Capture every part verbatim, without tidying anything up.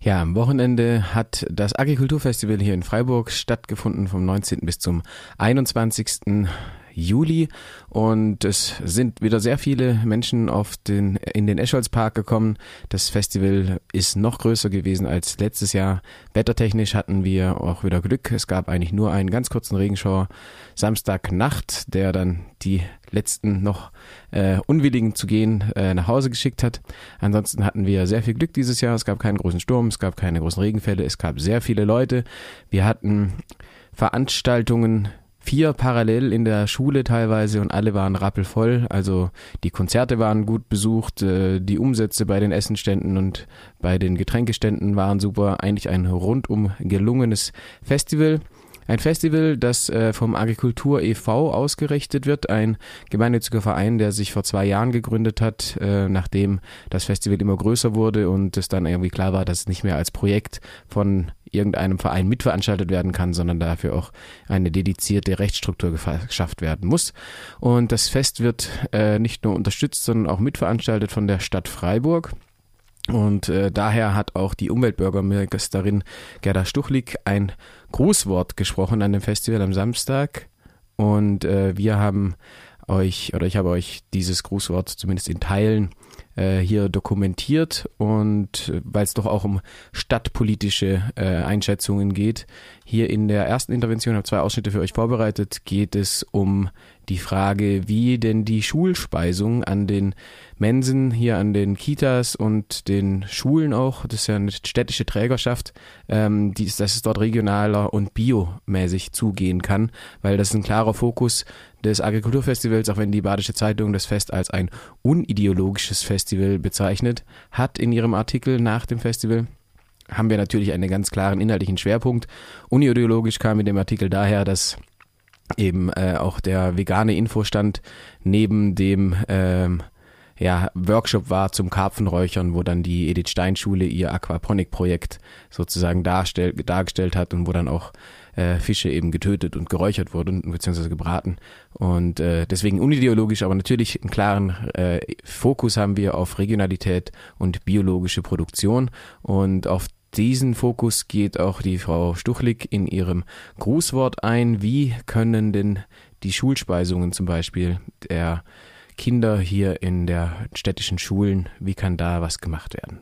Ja, am Wochenende hat das Agrikulturfestival hier in Freiburg stattgefunden, vom neunzehnten bis zum einundzwanzigsten Juli, und es sind wieder sehr viele Menschen auf den, in den Escholzpark gekommen. Das Festival ist noch größer gewesen als letztes Jahr. Wettertechnisch hatten wir auch wieder Glück. Es gab eigentlich nur einen ganz kurzen Regenschauer Samstagnacht, der dann die letzten noch äh, Unwilligen zu gehen äh, nach Hause geschickt hat. Ansonsten hatten wir sehr viel Glück dieses Jahr. Es gab keinen großen Sturm, es gab keine großen Regenfälle, es gab sehr viele Leute. Wir hatten Veranstaltungen, vier parallel in der Schule teilweise, und alle waren rappelvoll. Also die Konzerte waren gut besucht, die Umsätze bei den Essenständen und bei den Getränkeständen waren super. Eigentlich ein rundum gelungenes Festival. Ein Festival, das vom Agrikultur e V ausgerichtet wird, ein gemeinnütziger Verein, der sich vor zwei Jahren gegründet hat, nachdem das Festival immer größer wurde und es dann irgendwie klar war, dass es nicht mehr als Projekt von irgendeinem Verein mitveranstaltet werden kann, sondern dafür auch eine dedizierte Rechtsstruktur geschafft werden muss. Und das Fest wird äh, nicht nur unterstützt, sondern auch mitveranstaltet von der Stadt Freiburg. Und äh, daher hat auch die Umweltbürgermeisterin Gerda Stuchlik ein Grußwort gesprochen an dem Festival am Samstag. Und äh, wir haben euch, oder ich habe euch dieses Grußwort zumindest in Teilen äh, hier dokumentiert, und äh, weil es doch auch um stadtpolitische äh, Einschätzungen geht. Hier in der ersten Intervention, ich habe zwei Ausschnitte für euch vorbereitet, geht es um die Frage, wie denn die Schulspeisung an den Mensen, hier an den Kitas und den Schulen auch, das ist ja eine städtische Trägerschaft, ähm, die, dass es dort regionaler und biomäßig zugehen kann, weil das ist ein klarer Fokus des Agrikulturfestivals, auch wenn die Badische Zeitung das Fest als ein unideologisches Festival bezeichnet hat in ihrem Artikel nach dem Festival. Haben wir natürlich einen ganz klaren inhaltlichen Schwerpunkt. Unideologisch kam in dem Artikel daher, dass eben äh, auch der vegane Infostand neben dem ähm, ja, Workshop war zum Karpfenräuchern, wo dann die Edith Stein Schule ihr Aquaponik-Projekt sozusagen darstell, dargestellt hat und wo dann auch äh, Fische eben getötet und geräuchert wurden, beziehungsweise gebraten. Und äh, deswegen unideologisch, aber natürlich einen klaren äh, Fokus haben wir auf Regionalität und biologische Produktion, und auf diesen Fokus geht auch die Frau Stuchlik in ihrem Grußwort ein. Wie können denn die Schulspeisungen zum Beispiel der Kinder hier in der städtischen Schulen, wie kann da was gemacht werden?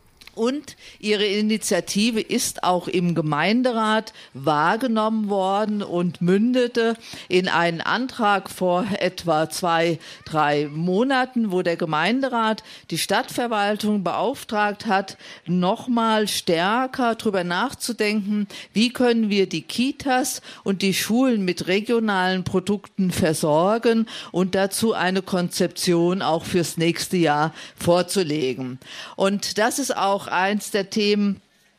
Und ihre Initiative ist auch im Gemeinderat wahrgenommen worden und mündete in einen Antrag vor etwa zwei, drei Monaten, wo der Gemeinderat die Stadtverwaltung beauftragt hat, nochmal stärker darüber nachzudenken, wie können wir die Kitas und die Schulen mit regionalen Produkten versorgen und dazu eine Konzeption auch fürs nächste Jahr vorzulegen. Und das ist auch eins der Themen,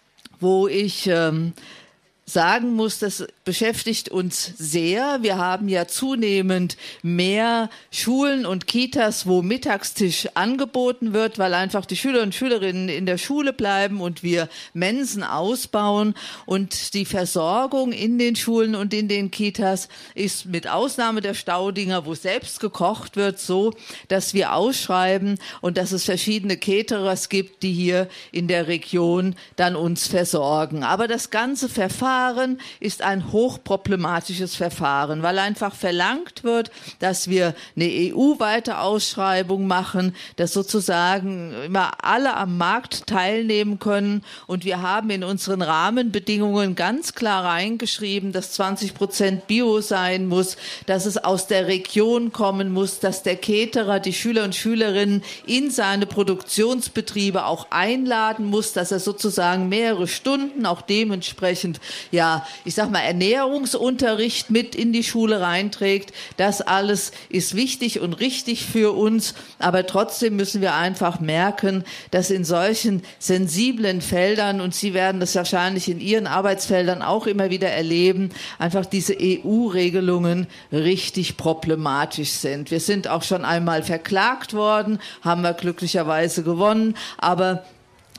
wo ich ähm, sagen muss, das beschäftigt uns sehr. Wir haben ja zunehmend mehr Schulen und Kitas, wo Mittagstisch angeboten wird, weil einfach die Schüler und Schülerinnen in der Schule bleiben und wir Mensen ausbauen. Und die Versorgung in den Schulen und in den Kitas ist mit Ausnahme der Staudinger, wo selbst gekocht wird, so, dass wir ausschreiben und dass es verschiedene Caterers gibt, die hier in der Region dann uns versorgen. Aber das ganze Verfahren ist ein hochproblematisches Verfahren, weil einfach verlangt wird, dass wir eine E U-weite Ausschreibung machen, dass sozusagen immer alle am Markt teilnehmen können, und wir haben in unseren Rahmenbedingungen ganz klar reingeschrieben, dass zwanzig Prozent Bio sein muss, dass es aus der Region kommen muss, dass der Caterer die Schüler und Schülerinnen in seine Produktionsbetriebe auch einladen muss, dass er sozusagen mehrere Stunden auch dementsprechend ja, ich sag mal, Ernährungsunterricht mit in die Schule reinträgt. Das alles ist wichtig und richtig für uns, aber trotzdem müssen wir einfach merken, dass in solchen sensiblen Feldern, und Sie werden das wahrscheinlich in Ihren Arbeitsfeldern auch immer wieder erleben, einfach diese E U-Regelungen richtig problematisch sind. Wir sind auch schon einmal verklagt worden, haben wir glücklicherweise gewonnen, aber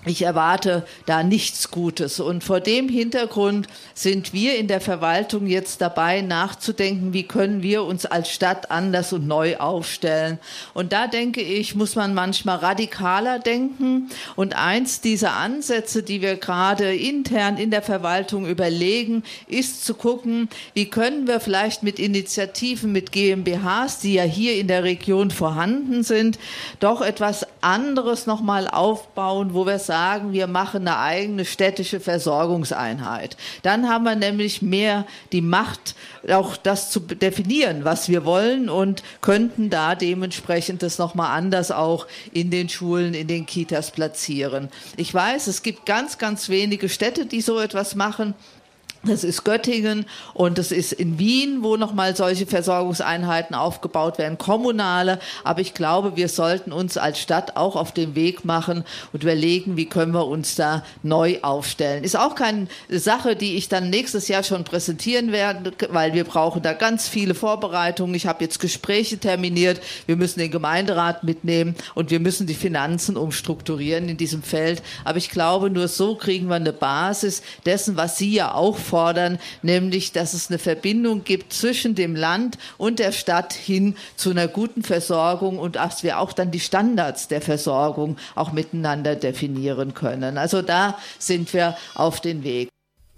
Ich erwarte da nichts Gutes. Und vor dem Hintergrund sind wir in der Verwaltung jetzt dabei, nachzudenken, wie können wir uns als Stadt anders und neu aufstellen. Und da denke ich, muss man manchmal radikaler denken. Und eins dieser Ansätze, die wir gerade intern in der Verwaltung überlegen, ist zu gucken, wie können wir vielleicht mit Initiativen, mit G m b Hs, die ja hier in der Region vorhanden sind, doch etwas anderes nochmal aufbauen, wo wir sagen, wir machen eine eigene städtische Versorgungseinheit. Dann haben wir nämlich mehr die Macht, auch das zu definieren, was wir wollen, und könnten da dementsprechend das nochmal anders auch in den Schulen, in den Kitas platzieren. Ich weiß, es gibt ganz, ganz wenige Städte, die so etwas machen. Das ist Göttingen und das ist in Wien, wo nochmal solche Versorgungseinheiten aufgebaut werden, kommunale. Aber ich glaube, wir sollten uns als Stadt auch auf den Weg machen und überlegen, wie können wir uns da neu aufstellen. Ist auch keine Sache, die ich dann nächstes Jahr schon präsentieren werde, weil wir brauchen da ganz viele Vorbereitungen. Ich habe jetzt Gespräche terminiert. Wir müssen den Gemeinderat mitnehmen und wir müssen die Finanzen umstrukturieren in diesem Feld. Aber ich glaube, nur so kriegen wir eine Basis dessen, was Sie ja auch fordern, nämlich, dass es eine Verbindung gibt zwischen dem Land und der Stadt hin zu einer guten Versorgung und dass wir auch dann die Standards der Versorgung auch miteinander definieren können. Also da sind wir auf den Weg.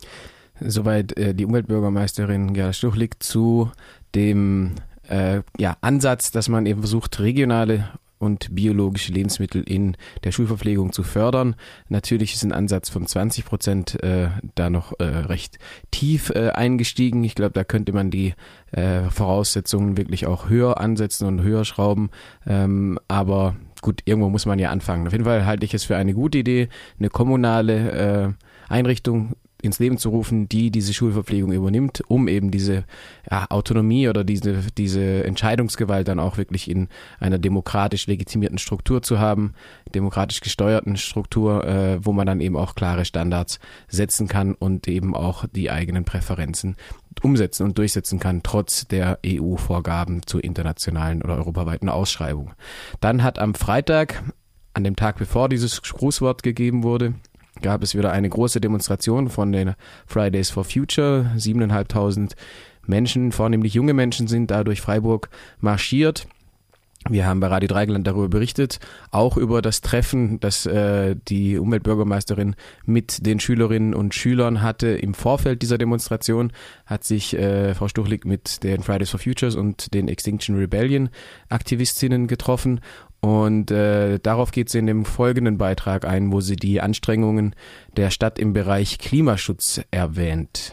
Soweit äh, die Umweltbürgermeisterin Gerda Stuchlik zu dem äh, ja, Ansatz, dass man eben versucht, regionale und biologische Lebensmittel in der Schulverpflegung zu fördern. Natürlich ist ein Ansatz von zwanzig Prozent äh, da noch äh, recht tief äh, eingestiegen. Ich glaube, da könnte man die äh, Voraussetzungen wirklich auch höher ansetzen und höher schrauben. Ähm, aber gut, irgendwo muss man ja anfangen. Auf jeden Fall halte ich es für eine gute Idee, eine kommunale äh, Einrichtung ins Leben zu rufen, die diese Schulverpflegung übernimmt, um eben diese ja, Autonomie oder diese, diese Entscheidungsgewalt dann auch wirklich in einer demokratisch legitimierten Struktur zu haben, demokratisch gesteuerten Struktur, äh, wo man dann eben auch klare Standards setzen kann und eben auch die eigenen Präferenzen umsetzen und durchsetzen kann, trotz der E U-Vorgaben zur internationalen oder europaweiten Ausschreibung. Dann hat am Freitag, an dem Tag bevor dieses Grußwort gegeben wurde, gab es wieder eine große Demonstration von den Fridays for Future. siebentausendfünfhundert Menschen, vornehmlich junge Menschen, sind da durch Freiburg marschiert. Wir haben bei Radio Dreieckland darüber berichtet, auch über das Treffen, das äh, die Umweltbürgermeisterin mit den Schülerinnen und Schülern hatte. Im Vorfeld dieser Demonstration hat sich äh, Frau Stuchlik mit den Fridays for Futures und den Extinction Rebellion Aktivistinnen getroffen. Und äh, darauf geht sie in dem folgenden Beitrag ein, wo sie die Anstrengungen der Stadt im Bereich Klimaschutz erwähnt.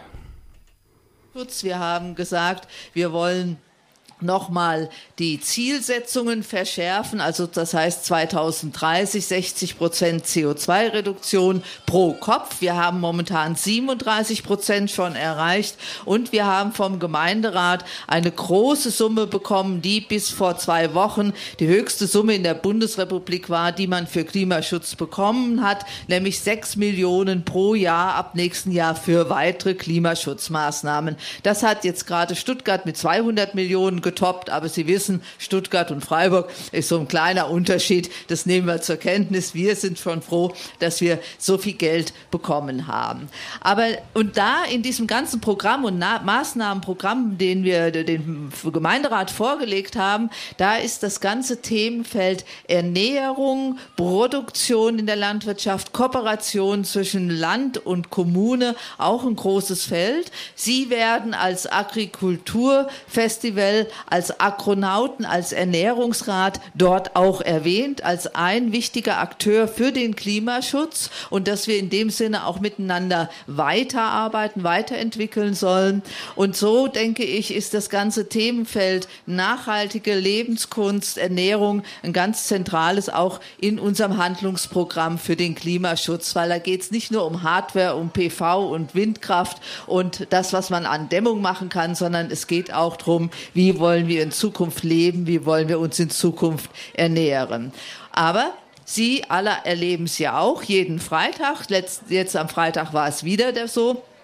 Wir haben gesagt, wir wollen nochmal die Zielsetzungen verschärfen, also das heißt zweitausenddreißig sechzig Prozent C O zwei Reduktion pro Kopf. Wir haben momentan siebenunddreißig Prozent schon erreicht und wir haben vom Gemeinderat eine große Summe bekommen, die bis vor zwei Wochen die höchste Summe in der Bundesrepublik war, die man für Klimaschutz bekommen hat, nämlich sechs Millionen pro Jahr ab nächsten Jahr für weitere Klimaschutzmaßnahmen. Das hat jetzt gerade Stuttgart mit zweihundert Millionen getoppt, aber Sie wissen, Stuttgart und Freiburg ist so ein kleiner Unterschied. Das nehmen wir zur Kenntnis. Wir sind schon froh, dass wir so viel Geld bekommen haben. Aber und da in diesem ganzen Programm und Na- Maßnahmenprogramm, den wir dem Gemeinderat vorgelegt haben, da ist das ganze Themenfeld Ernährung, Produktion in der Landwirtschaft, Kooperation zwischen Land und Kommune auch ein großes Feld. Sie werden als Agrikulturfestival, als Agronauten, als Ernährungsrat dort auch erwähnt, als ein wichtiger Akteur für den Klimaschutz und dass wir in dem Sinne auch miteinander weiterarbeiten, weiterentwickeln sollen. Und so, denke ich, ist das ganze Themenfeld nachhaltige Lebenskunst, Ernährung ein ganz zentrales auch in unserem Handlungsprogramm für den Klimaschutz, weil da geht es nicht nur um Hardware, um P V und Windkraft und das, was man an Dämmung machen kann, sondern es geht auch darum, wie wollen wir in Zukunft leben, wie wollen wir uns in Zukunft ernähren. Aber Sie alle erleben es ja auch jeden Freitag, Letzt, jetzt am Freitag war es wieder so,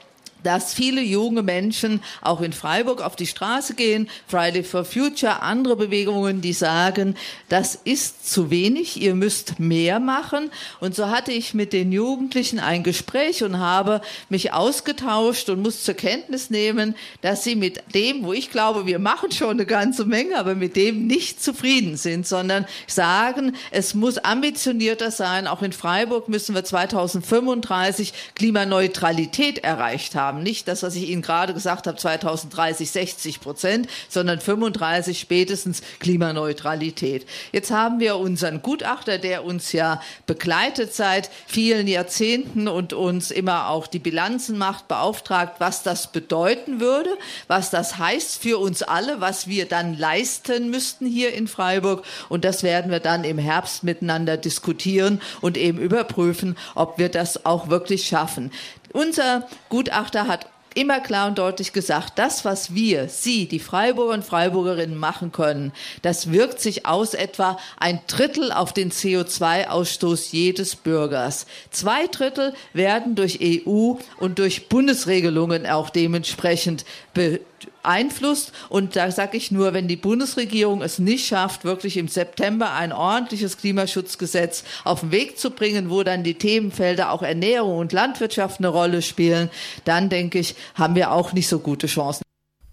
dass viele junge Menschen auch in Freiburg auf die Straße gehen, Friday for Future, andere Bewegungen, die sagen, das ist zu wenig, ihr müsst mehr machen. Und so hatte ich mit den Jugendlichen ein Gespräch und habe mich ausgetauscht und muss zur Kenntnis nehmen, dass sie mit dem, wo ich glaube, wir machen schon eine ganze Menge, aber mit dem nicht zufrieden sind, sondern sagen, es muss ambitionierter sein. Auch in Freiburg müssen wir zweitausendfünfunddreißig Klimaneutralität erreicht haben. Nicht das, was ich Ihnen gerade gesagt habe, zweitausenddreißig sechzig Prozent, sondern fünfunddreißig spätestens Klimaneutralität. Jetzt haben wir unseren Gutachter, der uns ja begleitet seit vielen Jahrzehnten und uns immer auch die Bilanzen macht, beauftragt, was das bedeuten würde, was das heißt für uns alle, was wir dann leisten müssten hier in Freiburg. Und das werden wir dann im Herbst miteinander diskutieren und eben überprüfen, ob wir das auch wirklich schaffen. Unser Gutachter hat immer klar und deutlich gesagt, das, was wir, Sie, die Freiburger und Freiburgerinnen machen können, das wirkt sich aus etwa ein Drittel auf den C O zwei Ausstoß jedes Bürgers. Zwei Drittel werden durch E U und durch Bundesregelungen auch dementsprechend beeinflusst. Und da sage ich nur, wenn die Bundesregierung es nicht schafft, wirklich im September ein ordentliches Klimaschutzgesetz auf den Weg zu bringen, wo dann die Themenfelder auch Ernährung und Landwirtschaft eine Rolle spielen, dann denke ich, haben wir auch nicht so gute Chancen.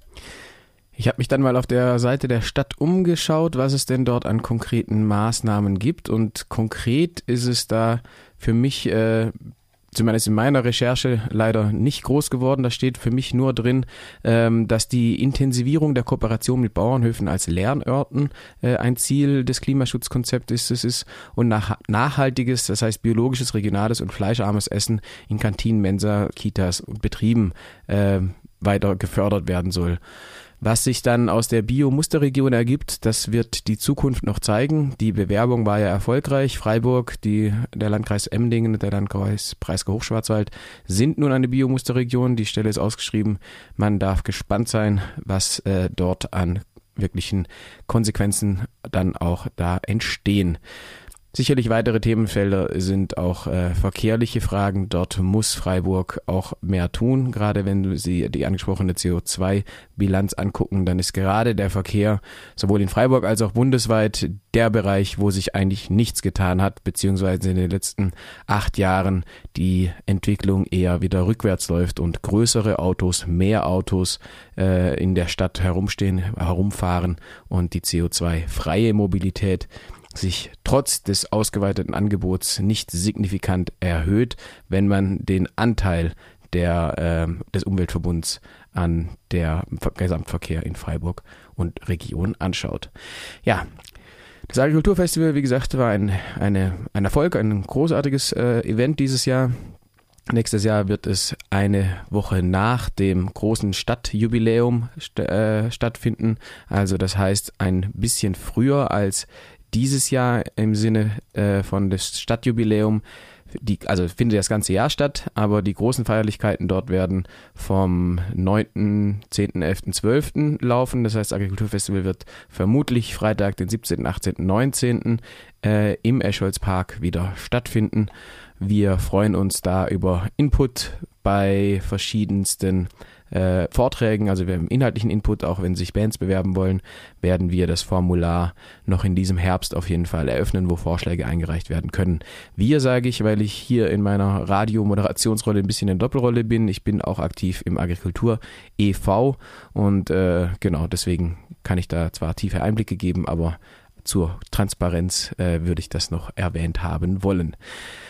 Ich habe mich dann mal auf der Seite der Stadt umgeschaut, was es denn dort an konkreten Maßnahmen gibt. Und konkret ist es da für mich äh, zumindest in meiner Recherche leider nicht groß geworden. Da steht für mich nur drin, ähm, dass die Intensivierung der Kooperation mit Bauernhöfen als Lernorten äh, ein Ziel des Klimaschutzkonzeptes ist und nach, nachhaltiges, das heißt biologisches, regionales und fleischarmes Essen in Kantinen, Mensa, Kitas und Betrieben äh, weiter gefördert werden soll. Was sich dann aus der Bio-Musterregion ergibt, das wird die Zukunft noch zeigen. Die Bewerbung war ja erfolgreich. Freiburg, die, der Landkreis Emmendingen und der Landkreis Breisgau-Hochschwarzwald sind nun eine Bio-Musterregion. Die Stelle ist ausgeschrieben. Man darf gespannt sein, was äh, dort an wirklichen Konsequenzen dann auch da entstehen. Sicherlich weitere Themenfelder sind auch äh, verkehrliche Fragen. Dort muss Freiburg auch mehr tun. Gerade wenn Sie die angesprochene C O zwei Bilanz angucken, dann ist gerade der Verkehr sowohl in Freiburg als auch bundesweit der Bereich, wo sich eigentlich nichts getan hat, beziehungsweise in den letzten acht Jahren die Entwicklung eher wieder rückwärts läuft und größere Autos, mehr Autos äh, in der Stadt herumstehen, herumfahren und die C O zwei freie Mobilität sich trotz des ausgeweiteten Angebots nicht signifikant erhöht, wenn man den Anteil der, äh, des Umweltverbunds an der Gesamtverkehr in Freiburg und Region anschaut. Ja, das Agrikulturfestival, wie gesagt, war ein, eine, ein Erfolg, ein großartiges äh, Event dieses Jahr. Nächstes Jahr wird es eine Woche nach dem großen Stadtjubiläum st- äh, stattfinden. Also das heißt ein bisschen früher als dieses Jahr im Sinne äh, von des Stadtjubiläum. Die, also findet das ganze Jahr statt, aber die großen Feierlichkeiten dort werden vom neunten, zehnten, elften, zwölften laufen. Das heißt, das Agrikulturfestival wird vermutlich Freitag, den siebzehnten, achtzehnten, neunzehnten äh, im Escholzpark wieder stattfinden. Wir freuen uns da über Input bei verschiedensten äh, Vorträgen, also wir haben inhaltlichen Input, auch wenn sich Bands bewerben wollen, werden wir das Formular noch in diesem Herbst auf jeden Fall eröffnen, wo Vorschläge eingereicht werden können. Wir sage ich, weil ich hier in meiner Radio-Moderationsrolle ein bisschen in Doppelrolle bin. Ich bin auch aktiv im Agrikultur e V und äh, genau, deswegen kann ich da zwar tiefe Einblicke geben, aber zur Transparenz äh, würde ich das noch erwähnt haben wollen.